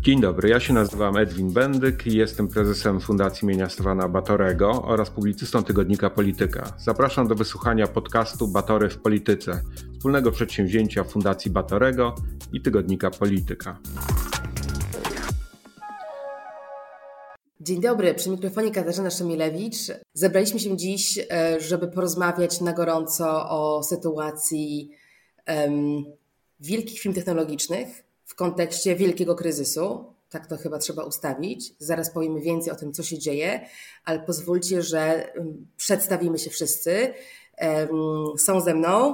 Dzień dobry, ja się nazywam Edwin Bendyk i jestem prezesem Fundacji imienia Stefana Batorego oraz publicystą tygodnika Polityka. Zapraszam do wysłuchania podcastu Batory w Polityce, wspólnego przedsięwzięcia Fundacji Batorego i tygodnika Polityka. Dzień dobry, przy mikrofonie Katarzyna Szemilewicz. Zebraliśmy się dziś, żeby porozmawiać na gorąco o sytuacji wielkich firm technologicznych w kontekście wielkiego kryzysu. Tak to chyba trzeba ustawić. Zaraz powiemy więcej o tym, co się dzieje, ale pozwólcie, że przedstawimy się wszyscy. Są ze mną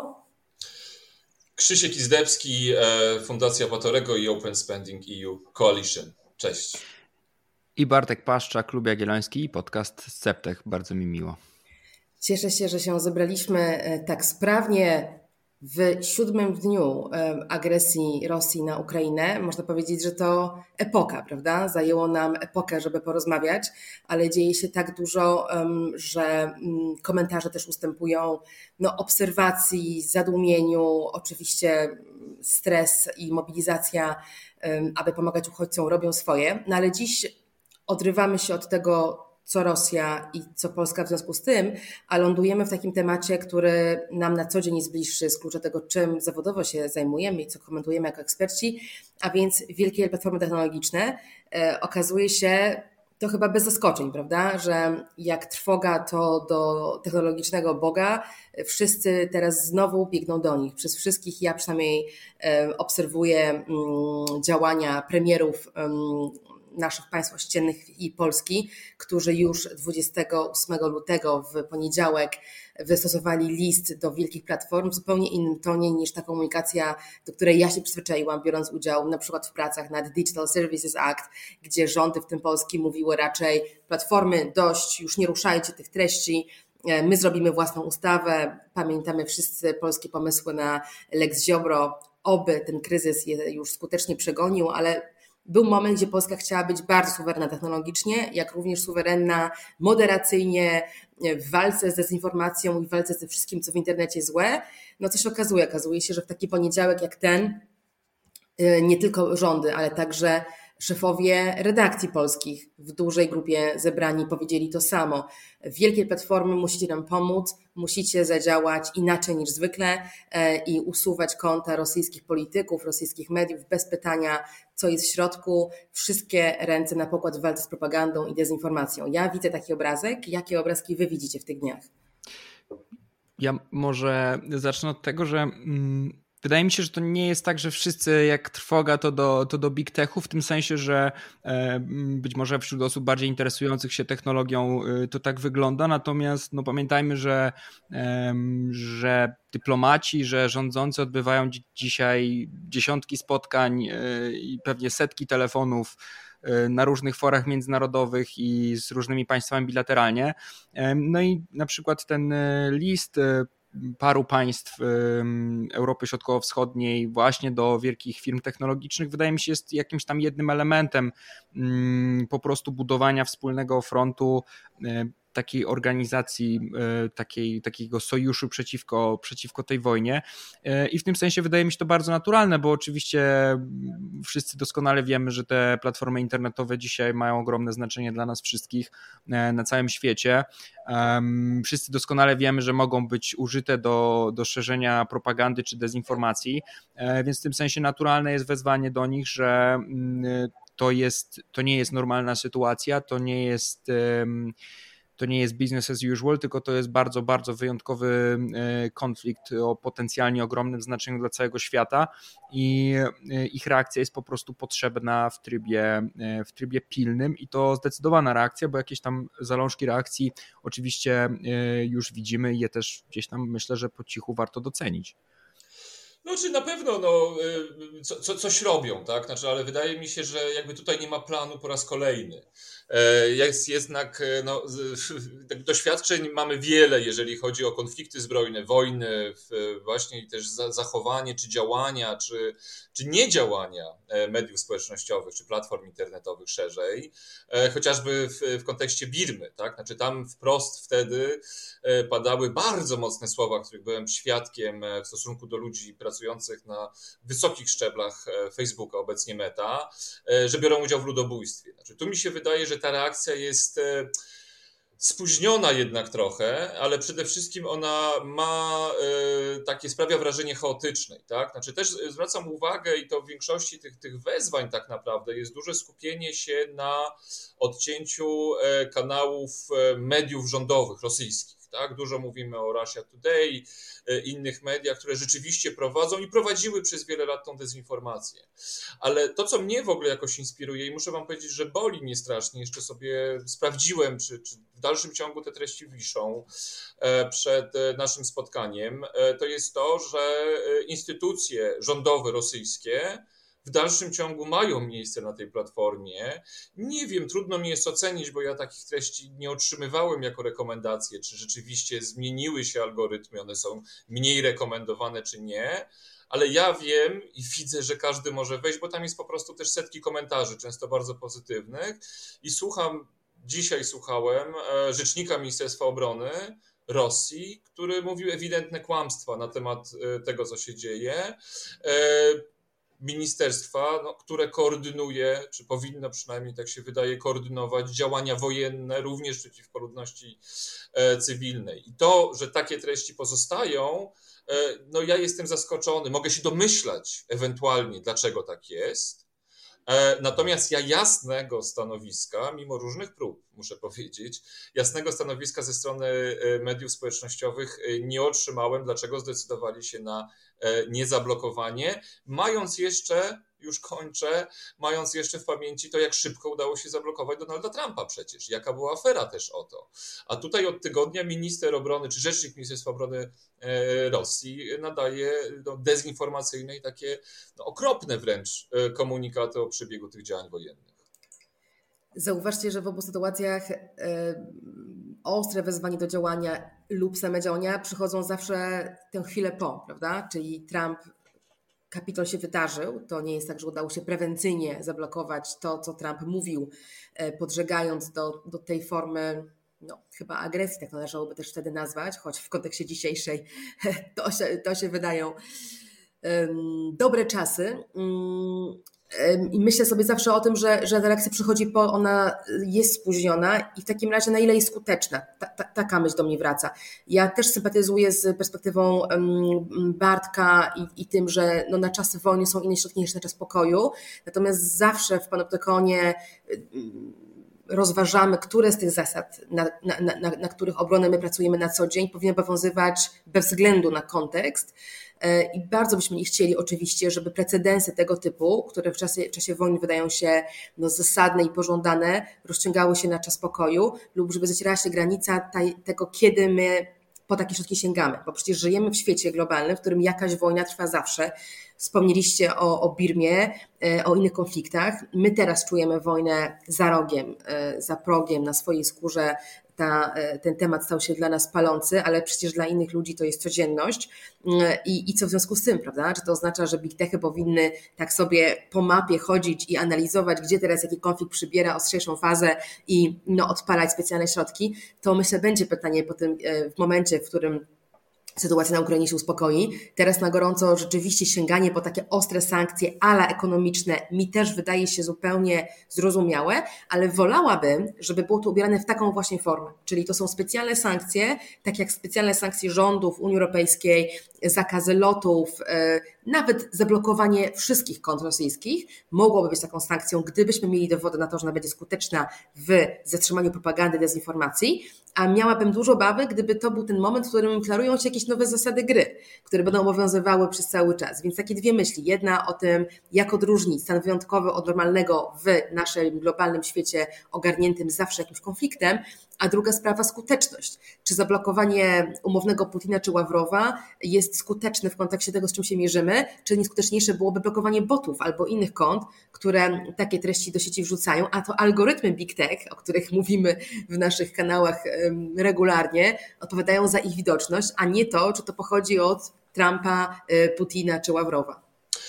Krzysiek Izdebski, Fundacja Batorego i Open Spending EU Coalition. Cześć. I Bartek Paszczak, Klub Jagielloński i podcast Sceptech. Bardzo mi miło. Cieszę się, że się zebraliśmy tak sprawnie w 7. dniu agresji Rosji na Ukrainę. Można powiedzieć, że to epoka, prawda? Zajęło nam epokę, żeby porozmawiać, ale dzieje się tak dużo, że komentarze też ustępują obserwacji, zadumieniu, oczywiście stres i mobilizacja, aby pomagać uchodźcom, robią swoje. No ale dziś odrywamy się od tego, co Rosja i co Polska w związku z tym, a lądujemy w takim temacie, który nam na co dzień jest bliższy z klucza tego, czym zawodowo się zajmujemy i co komentujemy jako eksperci, a więc wielkie platformy technologiczne. Okazuje się, to chyba bez zaskoczeń, prawda, że jak trwoga to do technologicznego Boga, wszyscy teraz znowu biegną do nich. Przez wszystkich ja przynajmniej obserwuję działania premierów naszych państw ościennych i Polski, którzy już 28 lutego w poniedziałek wystosowali list do wielkich platform w zupełnie innym tonie niż ta komunikacja, do której ja się przyzwyczaiłam, biorąc udział na przykład w pracach nad Digital Services Act, gdzie rządy, w tym Polski, mówiły raczej platformy dość, już nie ruszajcie tych treści, my zrobimy własną ustawę. Pamiętamy wszyscy polskie pomysły na Lex Ziobro, oby ten kryzys je już skutecznie przegonił, ale był moment, gdzie Polska chciała być bardzo suwerenna technologicznie, jak również suwerenna moderacyjnie w walce z dezinformacją i w walce ze wszystkim, co w internecie złe. No co się okazuje? Okazuje się, że w taki poniedziałek jak ten nie tylko rządy, ale także szefowie redakcji polskich w dużej grupie zebrani powiedzieli to samo. Wielkie platformy, musicie nam pomóc, musicie zadziałać inaczej niż zwykle i usuwać konta rosyjskich polityków, rosyjskich mediów bez pytania, co jest w środku. Wszystkie ręce na pokład w walce z propagandą i dezinformacją. Ja widzę taki obrazek. Jakie obrazki wy widzicie w tych dniach? Ja może zacznę od tego, że wydaje mi się, że to nie jest tak, że wszyscy jak trwoga to do big techu, w tym sensie, że być może wśród osób bardziej interesujących się technologią to tak wygląda, natomiast pamiętajmy, że dyplomaci, że rządzący odbywają dzisiaj dziesiątki spotkań i pewnie setki telefonów na różnych forach międzynarodowych i z różnymi państwami bilateralnie. No i na przykład ten list paru państw Europy Środkowo-Wschodniej właśnie do wielkich firm technologicznych wydaje mi się jest jakimś tam jednym elementem po prostu budowania wspólnego frontu, takiej organizacji, takiego sojuszu przeciwko tej wojnie. I w tym sensie wydaje mi się to bardzo naturalne, bo oczywiście wszyscy doskonale wiemy, że te platformy internetowe dzisiaj mają ogromne znaczenie dla nas wszystkich na całym świecie. Wszyscy doskonale wiemy, że mogą być użyte do szerzenia propagandy czy dezinformacji, więc w tym sensie naturalne jest wezwanie do nich, że to nie jest normalna sytuacja, to nie jest business as usual, tylko to jest bardzo, bardzo wyjątkowy konflikt o potencjalnie ogromnym znaczeniu dla całego świata i ich reakcja jest po prostu potrzebna w trybie pilnym i to zdecydowana reakcja, bo jakieś tam zalążki reakcji oczywiście już widzimy i je też gdzieś tam myślę, że po cichu warto docenić. Czy na pewno coś robią, tak? Ale wydaje mi się, że jakby tutaj nie ma planu po raz kolejny. Jest jednak, doświadczeń mamy wiele, jeżeli chodzi o konflikty zbrojne, wojny, właśnie też zachowanie, czy działania, czy niedziałania mediów społecznościowych, czy platform internetowych szerzej, chociażby w kontekście Birmy, tak? Tam wprost wtedy padały bardzo mocne słowa, których byłem świadkiem w stosunku do ludzi pracujących pracujących na wysokich szczeblach Facebooka, obecnie Meta, że biorą udział w ludobójstwie. Znaczy, tu mi się wydaje, że ta reakcja jest spóźniona jednak trochę, ale przede wszystkim ona ma sprawia wrażenie chaotycznej, tak? Znaczy też zwracam uwagę i to w większości tych wezwań tak naprawdę jest duże skupienie się na odcięciu kanałów mediów rządowych rosyjskich. Tak? Dużo mówimy o Russia Today, innych mediach, które rzeczywiście prowadzą i prowadziły przez wiele lat tą dezinformację. Ale to, co mnie w ogóle jakoś inspiruje i muszę wam powiedzieć, że boli mnie strasznie, jeszcze sobie sprawdziłem, czy w dalszym ciągu te treści wiszą przed naszym spotkaniem, to jest to, że instytucje rządowe rosyjskie w dalszym ciągu mają miejsce na tej platformie. Nie wiem, trudno mi jest ocenić, bo ja takich treści nie otrzymywałem jako rekomendacje, czy rzeczywiście zmieniły się algorytmy, one są mniej rekomendowane, czy nie, ale ja wiem i widzę, że każdy może wejść, bo tam jest po prostu też setki komentarzy, często bardzo pozytywnych i dzisiaj słuchałem rzecznika Ministerstwa Obrony Rosji, który mówił ewidentne kłamstwa na temat tego, co się dzieje. Ministerstwa, które koordynuje, czy powinno przynajmniej, tak się wydaje, koordynować działania wojenne również przeciwko ludności cywilnej. I to, że takie treści pozostają, no ja jestem zaskoczony. Mogę się domyślać ewentualnie, dlaczego tak jest. Natomiast ja jasnego stanowiska, mimo różnych prób, muszę powiedzieć, jasnego stanowiska ze strony mediów społecznościowych nie otrzymałem, dlaczego zdecydowali się na niezablokowanie, mając jeszcze w pamięci to, jak szybko udało się zablokować Donalda Trumpa przecież, jaka była afera też o to. A tutaj od tygodnia minister obrony, czy rzecznik Ministerstwa Obrony Rosji nadaje dezinformacyjne i takie okropne wręcz komunikaty o przebiegu tych działań wojennych. Zauważcie, że w obu sytuacjach ostre wezwanie do działania lub same działania przychodzą zawsze tę chwilę po, prawda? Czyli Trump, Kapitol się wydarzył, to nie jest tak, że udało się prewencyjnie zablokować to, co Trump mówił, podżegając do tej formy, chyba agresji, tak należałoby też wtedy nazwać, choć w kontekście dzisiejszej to się wydają dobre czasy. I myślę sobie zawsze o tym, że ta reakcja przychodzi ona jest spóźniona i w takim razie na ile jest skuteczna. Taka myśl do mnie wraca. Ja też sympatyzuję z perspektywą Bartka i tym, że na czasy wojny są inne środki niż na czas pokoju. Natomiast zawsze w Panoptykonie rozważamy, które z tych zasad, na których obronę my pracujemy na co dzień, powinny obowiązywać bez względu na kontekst. I bardzo byśmy nie chcieli oczywiście, żeby precedensy tego typu, które w czasie wojny wydają się zasadne i pożądane, rozciągały się na czas pokoju lub żeby zacierała się granica tego, kiedy my po takie środki sięgamy. Bo przecież żyjemy w świecie globalnym, w którym jakaś wojna trwa zawsze. Wspomnieliście o Birmie, o innych konfliktach. My teraz czujemy wojnę za rogiem, za progiem, na swojej skórze. Ten temat stał się dla nas palący, ale przecież dla innych ludzi to jest codzienność. I co w związku z tym, prawda? Czy to oznacza, że big techy powinny tak sobie po mapie chodzić i analizować, gdzie teraz jaki konflikt przybiera ostrzejszą fazę i odpalać specjalne środki? To myślę będzie pytanie potem w momencie, w którym sytuacja na Ukrainie się uspokoi. Teraz na gorąco rzeczywiście sięganie po takie ostre sankcje ala ekonomiczne mi też wydaje się zupełnie zrozumiałe, ale wolałabym, żeby było to ubierane w taką właśnie formę. Czyli to są specjalne sankcje, tak jak specjalne sankcje rządów Unii Europejskiej, zakazy lotów, nawet zablokowanie wszystkich kont rosyjskich mogłoby być taką sankcją, gdybyśmy mieli dowody na to, że ona będzie skuteczna w zatrzymaniu propagandy, dezinformacji, a miałabym dużo obawy, gdyby to był ten moment, w którym klarują się jakieś nowe zasady gry, które będą obowiązywały przez cały czas. Więc takie dwie myśli. Jedna o tym, jak odróżnić stan wyjątkowy od normalnego w naszym globalnym świecie ogarniętym zawsze jakimś konfliktem, a druga sprawa skuteczność. Czy zablokowanie umownego Putina czy Ławrowa jest skuteczne w kontekście tego, z czym się mierzymy, czy nieskuteczniejsze byłoby blokowanie botów albo innych kont, które takie treści do sieci wrzucają, a to algorytmy Big Tech, o których mówimy w naszych kanałach regularnie, odpowiadają za ich widoczność, a nie to, czy to pochodzi od Trumpa, Putina czy Ławrowa.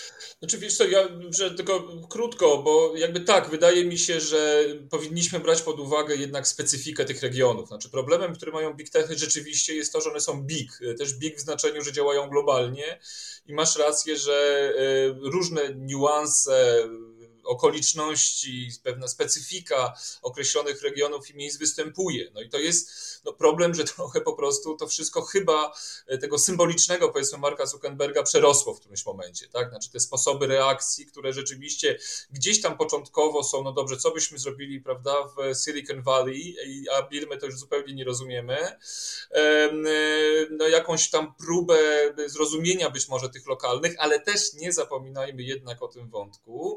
Znaczy, wiesz co, że tylko krótko, bo jakby tak, wydaje mi się, że powinniśmy brać pod uwagę jednak specyfikę tych regionów. Znaczy, problemem, który mają big techy rzeczywiście jest to, że one są big. Też big w znaczeniu, że działają globalnie i masz rację, że różne niuanse, okoliczności, pewna specyfika określonych regionów i miejsc występuje. No i to jest problem, że trochę po prostu to wszystko chyba tego symbolicznego, powiedzmy, Marka Zuckerberga przerosło w którymś momencie, tak? Znaczy te sposoby reakcji, które rzeczywiście gdzieś tam początkowo są, no dobrze, co byśmy zrobili, prawda, w Silicon Valley, a my to już zupełnie nie rozumiemy, no jakąś tam próbę zrozumienia być może tych lokalnych, ale też nie zapominajmy jednak o tym wątku,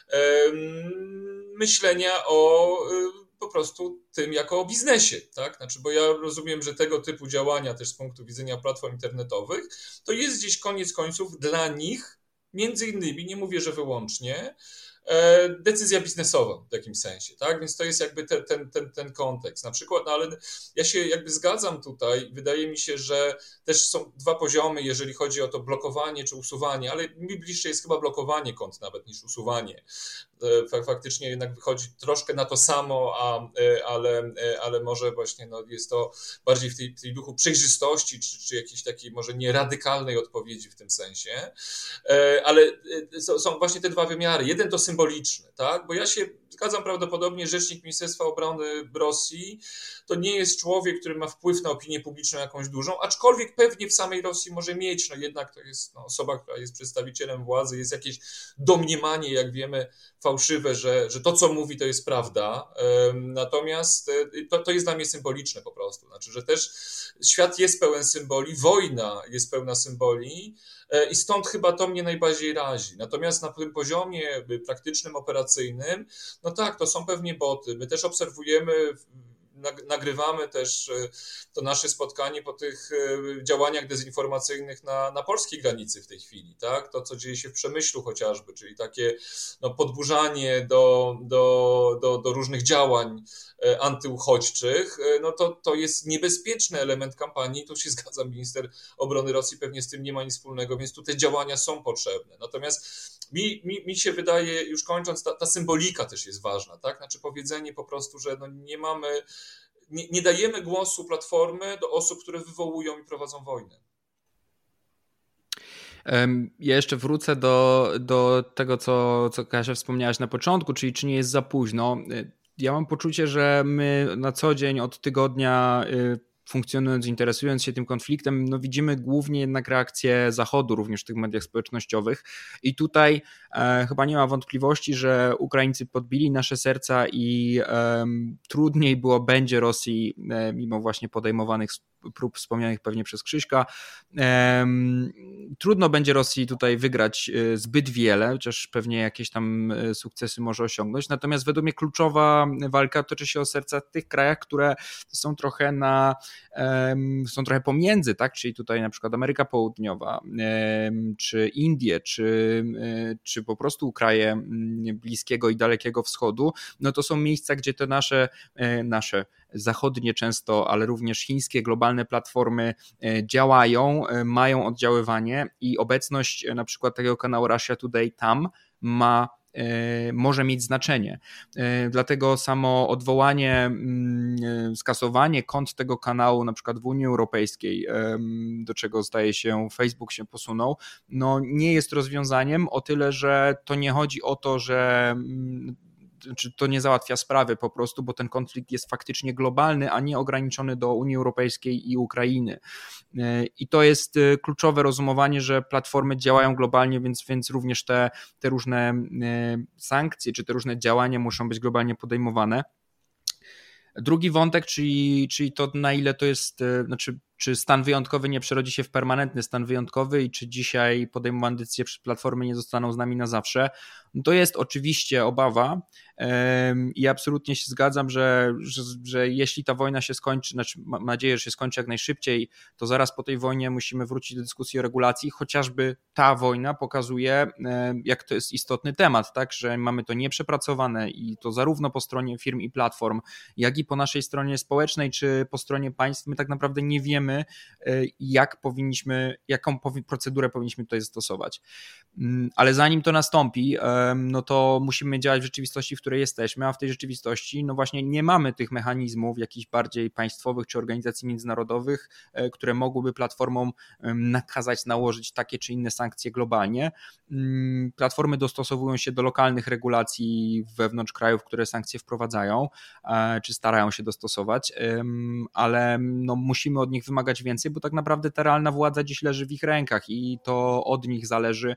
myślenia o po prostu tym jako o biznesie, tak? Znaczy, bo ja rozumiem, że tego typu działania też z punktu widzenia platform internetowych, to jest gdzieś koniec końców dla nich, między innymi, nie mówię, że wyłącznie, decyzja biznesowa w jakimś sensie, tak? Więc to jest jakby ten kontekst. Na przykład, no ale ja się jakby zgadzam tutaj, wydaje mi się, że też są dwa poziomy, jeżeli chodzi o to blokowanie czy usuwanie, ale mi bliższe jest chyba blokowanie kont nawet niż usuwanie. Faktycznie jednak wychodzi troszkę na to samo, ale może właśnie no, jest to bardziej w tej duchu przejrzystości, czy jakiejś takiej może nie radykalnej odpowiedzi w tym sensie, ale są właśnie te dwa wymiary. Jeden to symboliczny, tak? Bo ja się zgadzam, prawdopodobnie rzecznik Ministerstwa Obrony Rosji to nie jest człowiek, który ma wpływ na opinię publiczną jakąś dużą, aczkolwiek pewnie w samej Rosji może mieć, no jednak to jest osoba, która jest przedstawicielem władzy, jest jakieś domniemanie, jak wiemy, fałszywe, że to, co mówi, to jest prawda, natomiast to jest dla mnie symboliczne po prostu, znaczy, że też świat jest pełen symboli, wojna jest pełna symboli, i stąd chyba to mnie najbardziej razi. Natomiast na tym poziomie praktycznym, operacyjnym, no tak, to są pewnie boty. My też obserwujemy, nagrywamy też to nasze spotkanie po tych działaniach dezinformacyjnych na polskiej granicy w tej chwili, tak? To, co dzieje się w Przemyślu chociażby, czyli takie podburzanie do różnych działań antyuchodźczych, no to jest niebezpieczny element kampanii, tu się zgadzam, minister obrony Rosji pewnie z tym nie ma nic wspólnego, więc tu te działania są potrzebne. Natomiast mi się wydaje, już kończąc, ta symbolika też jest ważna, tak? Znaczy powiedzenie po prostu, że no nie dajemy głosu Platformy do osób, które wywołują i prowadzą wojnę. Ja jeszcze wrócę do tego, co Kasia wspomniałaś na początku, czyli czy nie jest za późno. Ja mam poczucie, że my na co dzień od tygodnia funkcjonując, interesując się tym konfliktem, no widzimy głównie jednak reakcję Zachodu, również w tych mediach społecznościowych i tutaj chyba nie ma wątpliwości, że Ukraińcy podbili nasze serca i trudniej będzie Rosji, mimo właśnie podejmowanych prób wspomnianych pewnie przez Krzyśka, trudno będzie Rosji tutaj wygrać zbyt wiele, chociaż pewnie jakieś tam sukcesy może osiągnąć, natomiast według mnie kluczowa walka toczy się o serca w tych krajach, które są trochę pomiędzy, tak? Czyli tutaj na przykład Ameryka Południowa, czy Indie, czy po prostu kraje Bliskiego i Dalekiego Wschodu, no to są miejsca, gdzie te nasze zachodnie często, ale również chińskie globalne platformy działają, mają oddziaływanie i obecność na przykład takiego kanału Russia Today tam może mieć znaczenie. Dlatego samo odwołanie, skasowanie kont tego kanału na przykład w Unii Europejskiej, do czego zdaje się Facebook się posunął, no nie jest rozwiązaniem o tyle, że to nie chodzi o to, że to nie załatwia sprawy po prostu, bo ten konflikt jest faktycznie globalny, a nie ograniczony do Unii Europejskiej i Ukrainy. I to jest kluczowe rozumowanie, że platformy działają globalnie, więc również te różne sankcje, czy te różne działania muszą być globalnie podejmowane. Drugi wątek, czyli to, na ile to jest, czy stan wyjątkowy nie przerodzi się w permanentny stan wyjątkowy i czy dzisiaj podejmowane decyzje przez platformy nie zostaną z nami na zawsze, to jest oczywiście obawa, I absolutnie się zgadzam, że jeśli ta wojna się skończy, znaczy mam nadzieję, że się skończy jak najszybciej, to zaraz po tej wojnie musimy wrócić do dyskusji o regulacji, chociażby ta wojna pokazuje, jak to jest istotny temat, tak, że mamy to nieprzepracowane i to zarówno po stronie firm i platform, jak i po naszej stronie społecznej, czy po stronie państw. My tak naprawdę nie wiemy, jaką procedurę powinniśmy tutaj zastosować. Ale zanim to nastąpi, no to musimy działać w rzeczywistości, w której jesteśmy, a w tej rzeczywistości no właśnie nie mamy tych mechanizmów jakichś bardziej państwowych czy organizacji międzynarodowych, które mogłyby platformom nakazać nałożyć takie czy inne sankcje globalnie. Platformy dostosowują się do lokalnych regulacji wewnątrz krajów, które sankcje wprowadzają, czy starają się dostosować, ale no musimy od nich wymagać więcej, bo tak naprawdę ta realna władza dziś leży w ich rękach i to od nich zależy,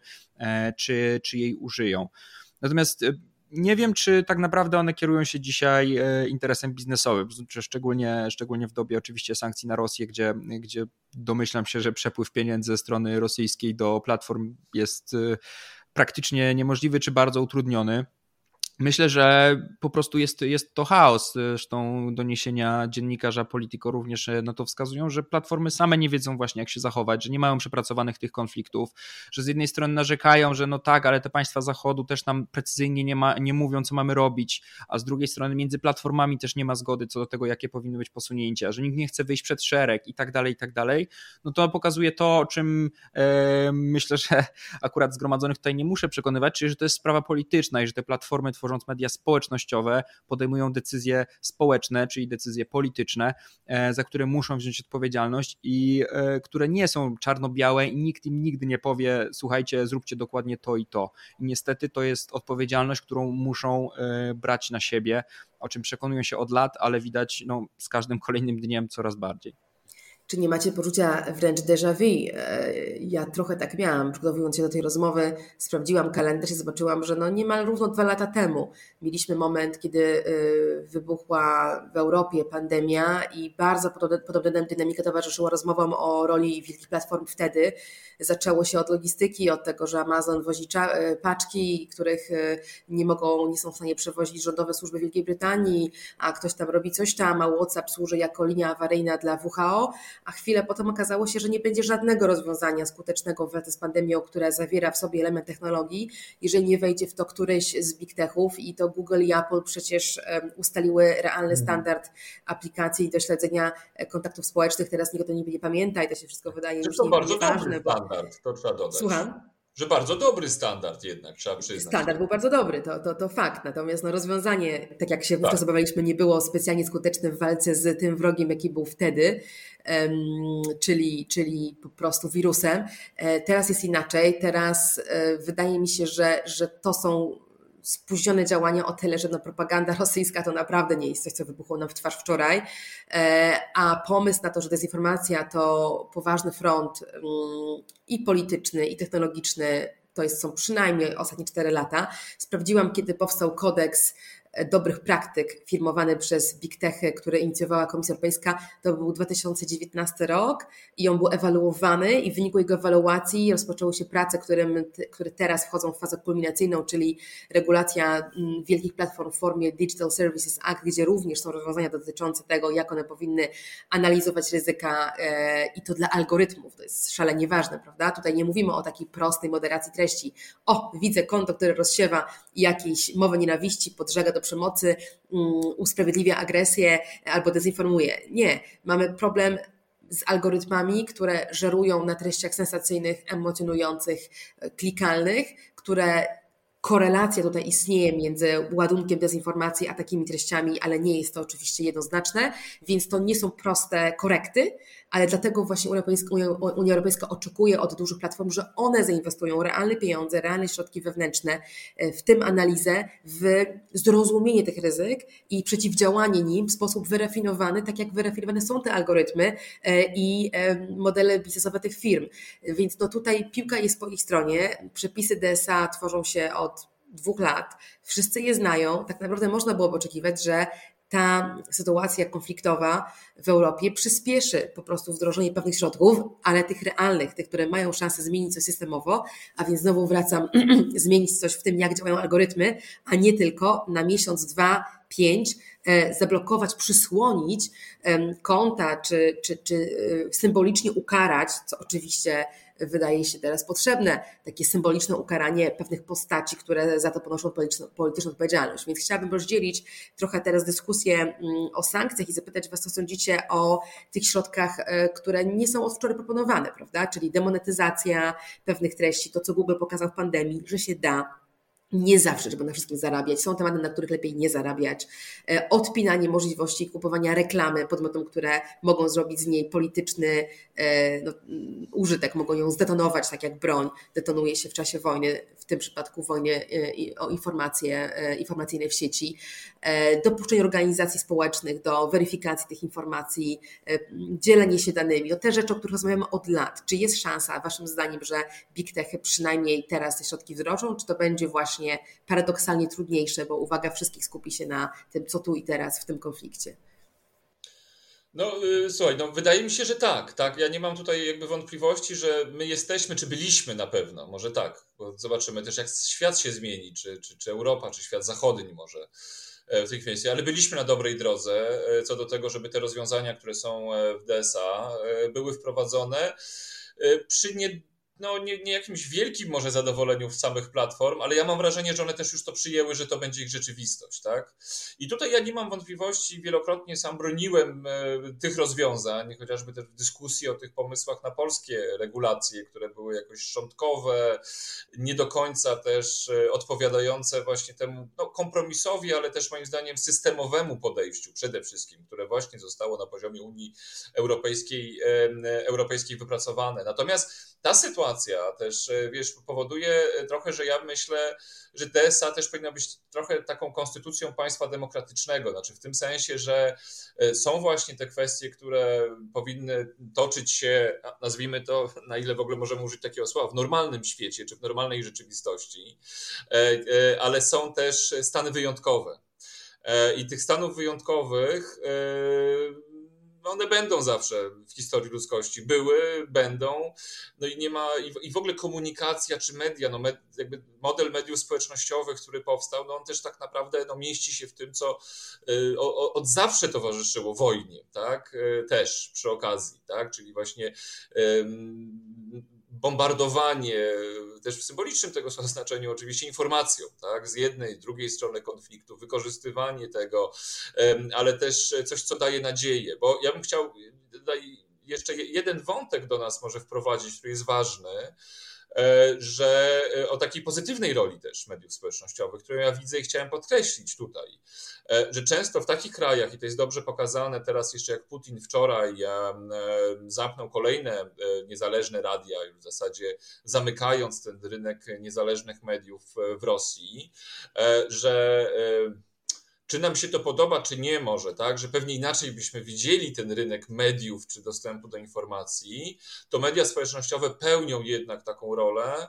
czy jej użyją. Natomiast nie wiem, czy tak naprawdę one kierują się dzisiaj interesem biznesowym, szczególnie w dobie oczywiście sankcji na Rosję, gdzie domyślam się, że przepływ pieniędzy ze strony rosyjskiej do platform jest praktycznie niemożliwy czy bardzo utrudniony. Myślę, że po prostu jest to chaos. Zresztą doniesienia dziennikarza Politico również na to wskazują, że platformy same nie wiedzą właśnie, jak się zachować, że nie mają przepracowanych tych konfliktów, że z jednej strony narzekają, że no tak, ale te państwa Zachodu też nam precyzyjnie nie mówią, co mamy robić, a z drugiej strony między platformami też nie ma zgody co do tego, jakie powinny być posunięcia, że nikt nie chce wyjść przed szereg i tak dalej, no to pokazuje to, o czym myślę, że akurat zgromadzonych tutaj nie muszę przekonywać, czyli że to jest sprawa polityczna i że te platformy tworząc media społecznościowe podejmują decyzje społeczne, czyli decyzje polityczne, za które muszą wziąć odpowiedzialność i które nie są czarno-białe i nikt im nigdy nie powie, słuchajcie, zróbcie dokładnie to i to. I niestety to jest odpowiedzialność, którą muszą brać na siebie, o czym przekonują się od lat, ale widać z każdym kolejnym dniem coraz bardziej. Czy nie macie poczucia wręcz déjà vu? Ja trochę tak miałam, przygotowując się do tej rozmowy, sprawdziłam kalendarz i zobaczyłam, że niemal równo 2 lata temu mieliśmy moment, kiedy wybuchła w Europie pandemia i bardzo podobna dynamika towarzyszyła rozmowom o roli wielkich platform wtedy. Zaczęło się od logistyki, od tego, że Amazon wozi paczki, których nie są w stanie przewozić rządowe służby Wielkiej Brytanii, a ktoś tam robi coś tam, a WhatsApp służy jako linia awaryjna dla WHO, a chwilę potem okazało się, że nie będzie żadnego rozwiązania skutecznego w walce z pandemią, które zawiera w sobie element technologii, jeżeli nie wejdzie w to któryś z big techów i to Google i Apple przecież ustaliły realny standard aplikacji do śledzenia kontaktów społecznych. Teraz nikt o tym nie pamięta i to się wszystko wydaje już nieważne. Standard, to trzeba dodać. Słucham? Że bardzo dobry standard jednak, trzeba przyznać. Standard był bardzo dobry, to fakt. Natomiast rozwiązanie, tak jak się wówczas obawialiśmy, nie było specjalnie skuteczne w walce z tym wrogiem, jaki był wtedy, czyli po prostu wirusem. Teraz jest inaczej. Teraz wydaje mi się, że to są spóźnione działania o tyle, że propaganda rosyjska to naprawdę nie jest coś, co wybuchło nam w twarz wczoraj, a pomysł na to, że dezinformacja to poważny front i polityczny, i technologiczny, są przynajmniej ostatnie 4 lata. Sprawdziłam, kiedy powstał kodeks dobrych praktyk firmowany przez Big Techy, które inicjowała Komisja Europejska. To był 2019 rok i on był ewaluowany i w wyniku jego ewaluacji rozpoczęły się prace, które teraz wchodzą w fazę kulminacyjną, czyli regulacja wielkich platform w formie Digital Services Act, gdzie również są rozwiązania dotyczące tego, jak one powinny analizować ryzyka i to dla algorytmów. To jest szalenie ważne, prawda? Tutaj nie mówimy o takiej prostej moderacji treści. Widzę konto, które rozsiewa jakieś mowę nienawiści, podżega do przemocy, usprawiedliwia agresję albo dezinformuje. Nie, mamy problem z algorytmami, które żerują na treściach sensacyjnych, emocjonujących, klikalnych, które korelacja tutaj istnieje między ładunkiem dezinformacji a takimi treściami, ale nie jest to oczywiście jednoznaczne, więc to nie są proste korekty, ale dlatego właśnie Unia Europejska oczekuje od dużych platform, że one zainwestują realne pieniądze, realne środki wewnętrzne, w tym analizę, w zrozumienie tych ryzyk i przeciwdziałanie nim w sposób wyrafinowany, tak jak wyrafinowane są te algorytmy i modele biznesowe tych firm. Więc tutaj piłka jest po ich stronie, przepisy DSA tworzą się od 2 lat, wszyscy je znają, tak naprawdę można byłoby oczekiwać, że ta sytuacja konfliktowa w Europie przyspieszy po prostu wdrożenie pewnych środków, ale tych realnych, tych, które mają szansę zmienić coś systemowo, a więc znowu wracam, zmienić coś w tym, jak działają algorytmy, a nie tylko na miesiąc, 2, 5 zablokować, przysłonić konta, czy symbolicznie ukarać, co oczywiście wydaje się teraz potrzebne, takie symboliczne ukaranie pewnych postaci, które za to ponoszą polityczną odpowiedzialność. Więc chciałabym rozdzielić trochę teraz dyskusję o sankcjach i zapytać Was, co sądzicie o tych środkach, które nie są od wczoraj proponowane, prawda? Czyli demonetyzacja pewnych treści, to co Google pokazał w pandemii, że się da. Nie zawsze trzeba na wszystkim zarabiać. Są tematy, na których lepiej nie zarabiać. Odpinanie możliwości kupowania reklamy podmiotom, które mogą zrobić z niej polityczny użytek, mogą ją zdetonować, tak jak broń detonuje się w czasie wojny, w tym przypadku wojny o informacyjnej w sieci. Dopuszczenie organizacji społecznych do weryfikacji tych informacji, dzielenie się danymi. Te rzeczy, o których rozmawiamy od lat. Czy jest szansa, waszym zdaniem, że Big Techy przynajmniej teraz te środki wdrożą, czy to będzie właśnie paradoksalnie trudniejsze, bo uwaga wszystkich skupi się na tym, co tu i teraz w tym konflikcie? Słuchaj, wydaje mi się, że tak. Ja nie mam tutaj jakby wątpliwości, że my jesteśmy, czy byliśmy na pewno, może tak, bo zobaczymy też, jak świat się zmieni, czy Europa, czy świat zachodni może w tej kwestii, ale byliśmy na dobrej drodze co do tego, żeby te rozwiązania, które są w DSA, były wprowadzone przy nie jakimś wielkim może zadowoleniu w samych platform, ale ja mam wrażenie, że one też już to przyjęły, że to będzie ich rzeczywistość, tak? I tutaj ja nie mam wątpliwości, wielokrotnie sam broniłem tych rozwiązań, chociażby też w dyskusji o tych pomysłach na polskie regulacje, które były jakoś szczątkowe, nie do końca też odpowiadające właśnie temu kompromisowi, ale też moim zdaniem systemowemu podejściu przede wszystkim, które właśnie zostało na poziomie Unii Europejskiej wypracowane. Natomiast ta sytuacja też, powoduje trochę, że ja myślę, że DSA też powinna być trochę taką konstytucją państwa demokratycznego, znaczy w tym sensie, że są właśnie te kwestie, które powinny toczyć się, nazwijmy to, na ile w ogóle możemy użyć takiego słowa, w normalnym świecie, czy w normalnej rzeczywistości, ale są też stany wyjątkowe. I tych stanów wyjątkowych one będą zawsze w historii ludzkości. Były, będą. I nie ma, i w ogóle komunikacja czy media, jakby model mediów społecznościowych, który powstał, on też tak naprawdę mieści się w tym, co od zawsze towarzyszyło wojnie, tak? Też przy okazji, tak? Czyli właśnie bombardowanie, też w symbolicznym tego znaczeniu oczywiście informacją, tak, z jednej, z drugiej strony konfliktu, wykorzystywanie tego, ale też coś, co daje nadzieję, bo ja bym chciał jeszcze jeden wątek do nas może wprowadzić, który jest ważny, że o takiej pozytywnej roli też mediów społecznościowych, którą ja widzę i chciałem podkreślić tutaj, że często w takich krajach, i to jest dobrze pokazane teraz jeszcze jak Putin wczoraj zamknął kolejne niezależne radia, już w zasadzie zamykając ten rynek niezależnych mediów w Rosji, że czy nam się to podoba, czy nie może, tak, że pewnie inaczej byśmy widzieli ten rynek mediów czy dostępu do informacji, to media społecznościowe pełnią jednak taką rolę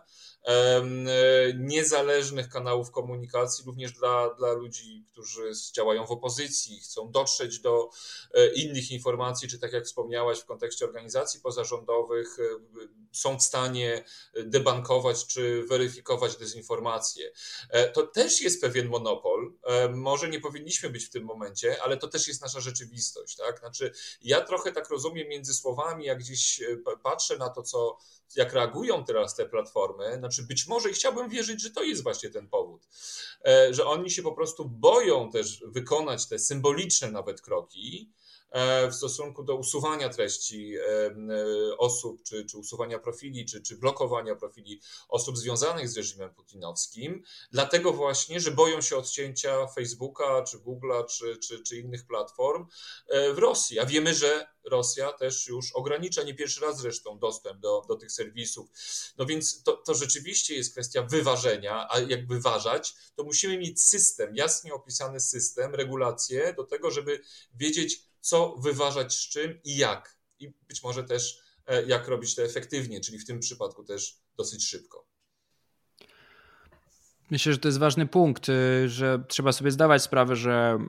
niezależnych kanałów komunikacji, również dla ludzi, którzy działają w opozycji, chcą dotrzeć do innych informacji, czy tak jak wspomniałaś w kontekście organizacji pozarządowych, są w stanie debankować czy weryfikować dezinformacje. To też jest pewien monopol, może nie powinniśmy być w tym momencie, ale to też jest nasza rzeczywistość, tak? Znaczy, ja trochę tak rozumiem między słowami, jak gdzieś patrzę na to, jak reagują teraz te platformy, znaczy być może i chciałbym wierzyć, że to jest właśnie ten powód, że oni się po prostu boją też wykonać te symboliczne nawet kroki w stosunku do usuwania treści osób, czy usuwania profili, czy blokowania profili osób związanych z reżimem putinowskim, dlatego właśnie, że boją się odcięcia Facebooka, czy Google'a, czy innych platform w Rosji. A wiemy, że Rosja też już ogranicza, nie pierwszy raz zresztą, dostęp do tych serwisów. No więc to rzeczywiście jest kwestia wyważenia, a jak wyważać, to musimy mieć system, jasnie opisany system, regulacje do tego, żeby wiedzieć, co wyważać z czym i jak. I być może też jak robić to efektywnie, czyli w tym przypadku też dosyć szybko. Myślę, że to jest ważny punkt, że trzeba sobie zdawać sprawę, że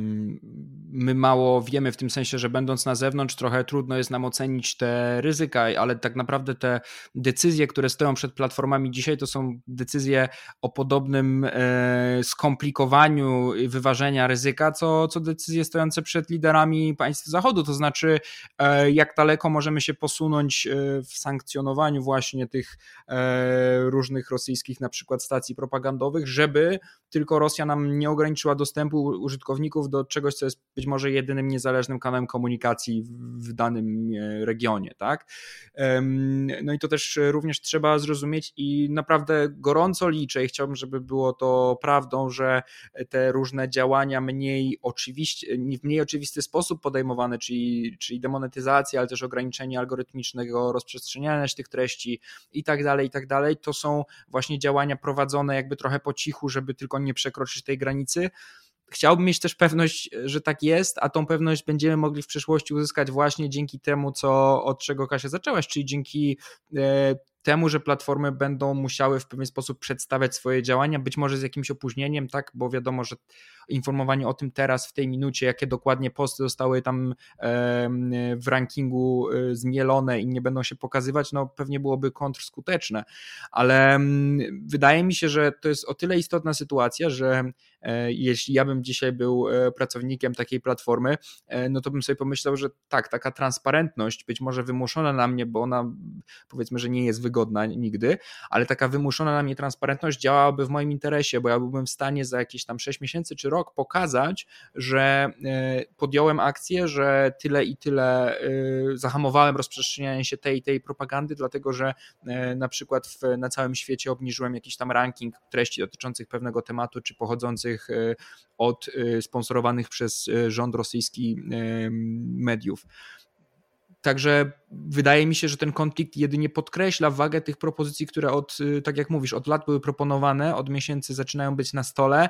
my mało wiemy w tym sensie, że będąc na zewnątrz trochę trudno jest nam ocenić te ryzyka, ale tak naprawdę te decyzje, które stoją przed platformami dzisiaj, to są decyzje o podobnym skomplikowaniu wyważenia ryzyka, co decyzje stojące przed liderami państw Zachodu, to znaczy jak daleko możemy się posunąć w sankcjonowaniu właśnie tych różnych rosyjskich na przykład stacji propagandowych, żeby tylko Rosja nam nie ograniczyła dostępu użytkowników do czegoś, co jest być może jedynym niezależnym kanałem komunikacji w danym regionie, tak? No i to też również trzeba zrozumieć i naprawdę gorąco liczę i chciałbym, żeby było to prawdą, że te różne działania w mniej oczywisty sposób podejmowane, czyli demonetyzacja, ale też ograniczenie algorytmicznego rozprzestrzeniania się tych treści i tak dalej, to są właśnie działania prowadzone jakby trochę po cichu, żeby tylko nie przekroczyć tej granicy. Chciałbym mieć też pewność, że tak jest, a tą pewność będziemy mogli w przyszłości uzyskać właśnie dzięki temu, od czego Kasia zaczęłaś, czyli dzięki temu, że platformy będą musiały w pewien sposób przedstawiać swoje działania, być może z jakimś opóźnieniem, tak, bo wiadomo, że informowanie o tym teraz, w tej minucie, jakie dokładnie posty zostały tam w rankingu zmielone i nie będą się pokazywać, no pewnie byłoby kontrskuteczne, ale wydaje mi się, że to jest o tyle istotna sytuacja, że jeśli ja bym dzisiaj był pracownikiem takiej platformy, no to bym sobie pomyślał, że tak, taka transparentność, być może wymuszona na mnie, bo ona powiedzmy, że nie jest wygodna nigdy, ale taka wymuszona na mnie transparentność działałaby w moim interesie, bo ja byłbym w stanie za jakieś tam 6 miesięcy czy rok pokazać, że podjąłem akcję, że tyle i tyle zahamowałem rozprzestrzenianie się tej i tej propagandy, dlatego że na przykład na całym świecie obniżyłem jakiś tam ranking treści dotyczących pewnego tematu, czy pochodzących od sponsorowanych przez rząd rosyjski mediów. Także wydaje mi się, że ten konflikt jedynie podkreśla wagę tych propozycji, które tak jak mówisz, od lat były proponowane, od miesięcy zaczynają być na stole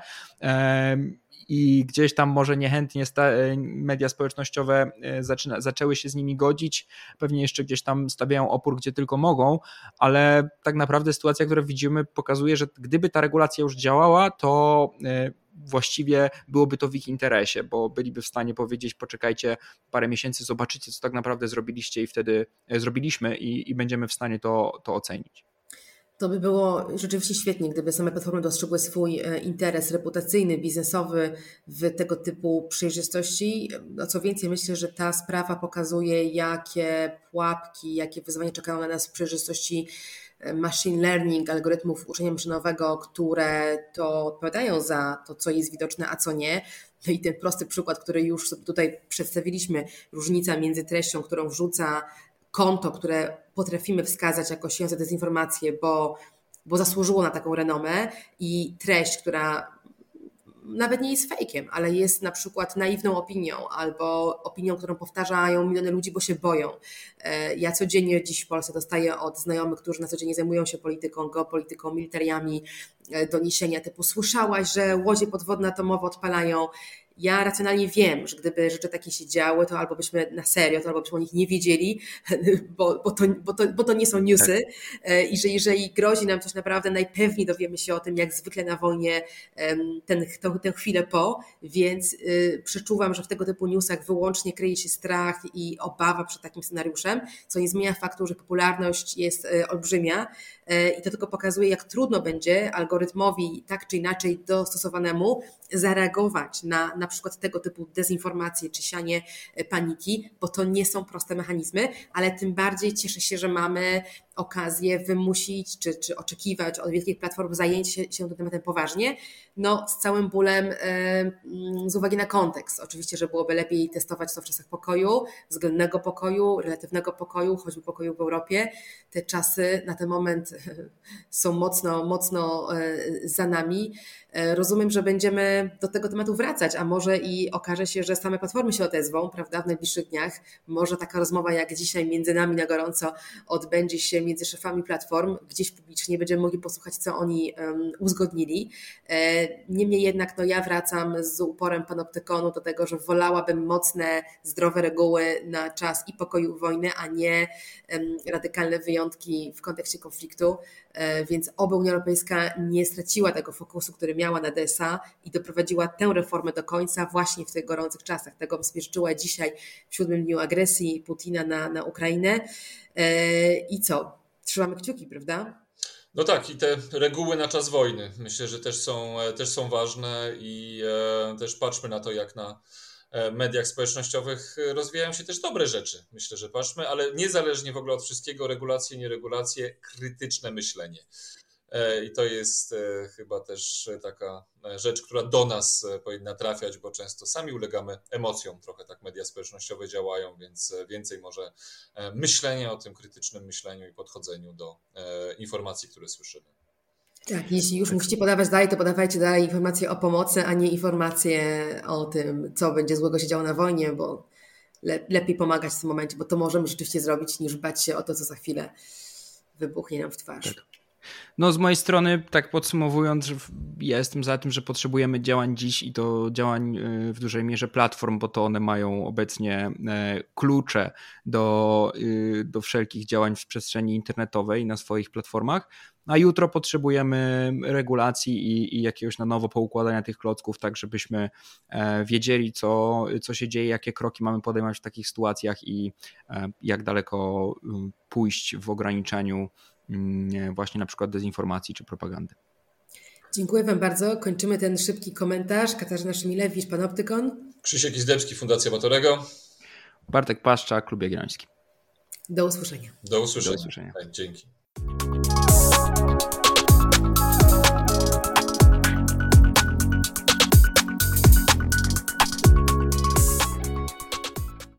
i gdzieś tam może niechętnie media społecznościowe zaczęły się z nimi godzić, pewnie jeszcze gdzieś tam stawiają opór, gdzie tylko mogą, ale tak naprawdę sytuacja, którą widzimy, pokazuje, że gdyby ta regulacja już działała, to właściwie byłoby to w ich interesie, bo byliby w stanie powiedzieć, poczekajcie parę miesięcy, zobaczycie, co tak naprawdę zrobiliście i wtedy zrobiliśmy i będziemy w stanie to ocenić. To by było rzeczywiście świetnie, gdyby same platformy dostrzegły swój interes reputacyjny, biznesowy w tego typu przejrzystości. No co więcej, myślę, że ta sprawa pokazuje, jakie pułapki, jakie wyzwania czekają na nas w przejrzystości machine learning, algorytmów uczenia maszynowego, które to odpowiadają za to, co jest widoczne, a co nie. No i ten prosty przykład, który już tutaj przedstawiliśmy, różnica między treścią, którą wrzuca konto, które potrafimy wskazać jako siejące dezinformację, bo zasłużyło na taką renomę, i treść, która nawet nie jest fejkiem, ale jest na przykład naiwną opinią albo opinią, którą powtarzają miliony ludzi, bo się boją. Ja codziennie dziś w Polsce dostaję od znajomych, którzy na co dzień zajmują się polityką, geopolityką, militariami, doniesienia typu: słyszałaś, że łodzie podwodne atomowe odpalają. Ja racjonalnie wiem, że gdyby rzeczy takie się działy, to albo byśmy na serio, to albo byśmy o nich nie wiedzieli, bo to nie są newsy, i że jeżeli grozi nam coś naprawdę, najpewniej dowiemy się o tym, jak zwykle na wojnie, tę chwilę po, więc przeczuwam, że w tego typu newsach wyłącznie kryje się strach i obawa przed takim scenariuszem, co nie zmienia faktu, że popularność jest olbrzymia i to tylko pokazuje, jak trudno będzie algorytmowi tak czy inaczej dostosowanemu zareagować na przykład tego typu dezinformacje czy sianie paniki, bo to nie są proste mechanizmy, ale tym bardziej cieszę się, że mamy okazję wymusić czy oczekiwać od wielkich platform zajęcia się tym tematem poważnie, no z całym bólem z uwagi na kontekst. Oczywiście, że byłoby lepiej testować to w czasach pokoju, względnego pokoju, relatywnego pokoju, choćby pokoju w Europie. Te czasy na ten moment są mocno za nami. Rozumiem, że będziemy do tego tematu wracać, a może i okaże się, że same platformy się odezwą, prawda, w najbliższych dniach. Może taka rozmowa jak dzisiaj między nami na gorąco odbędzie się między szefami platform, gdzieś publicznie będziemy mogli posłuchać, co oni uzgodnili. Niemniej jednak ja wracam z uporem panoptykonu do tego, że wolałabym mocne, zdrowe reguły na czas i pokoju wojny, a nie radykalne wyjątki w kontekście konfliktu, więc oby Unia Europejska nie straciła tego fokusu, który miała na DSA i doprowadziła tę reformę do końca właśnie w tych gorących czasach. Tego bym sobie życzyła dzisiaj w 7. dniu agresji Putina na Ukrainę. I co? Trzymamy kciuki, prawda? No tak, i te reguły na czas wojny myślę, że też są ważne i też patrzmy na to, jak na mediach społecznościowych rozwijają się też dobre rzeczy. Myślę, że patrzmy, ale niezależnie w ogóle od wszystkiego, regulacje, nieregulacje, krytyczne myślenie. I to jest chyba też taka rzecz, która do nas powinna trafiać, bo często sami ulegamy emocjom, trochę tak media społecznościowe działają, więc więcej może myślenia o tym krytycznym myśleniu i podchodzeniu do informacji, które słyszymy. Tak, jeśli już musicie podawać dalej, to podawajcie dalej informacje o pomocy, a nie informacje o tym, co będzie złego się działo na wojnie, bo lepiej pomagać w tym momencie, bo to możemy rzeczywiście zrobić, niż bać się o to, co za chwilę wybuchnie nam w twarz. Tak. No z mojej strony, tak podsumowując, ja jestem za tym, że potrzebujemy działań dziś i to działań w dużej mierze platform, bo to one mają obecnie klucze do wszelkich działań w przestrzeni internetowej na swoich platformach, a jutro potrzebujemy regulacji i jakiegoś na nowo poukładania tych klocków, tak żebyśmy wiedzieli, co się dzieje, jakie kroki mamy podejmować w takich sytuacjach i jak daleko pójść w ograniczeniu właśnie na przykład dezinformacji czy propagandy. Dziękuję Wam bardzo. Kończymy ten szybki komentarz. Katarzyna Szymilewicz, Panoptykon. Krzysiek Izdebski, Fundacja Batorego. Bartek Paszczak, Klub Jagielloński. Do usłyszenia. Do usłyszenia. Dzięki.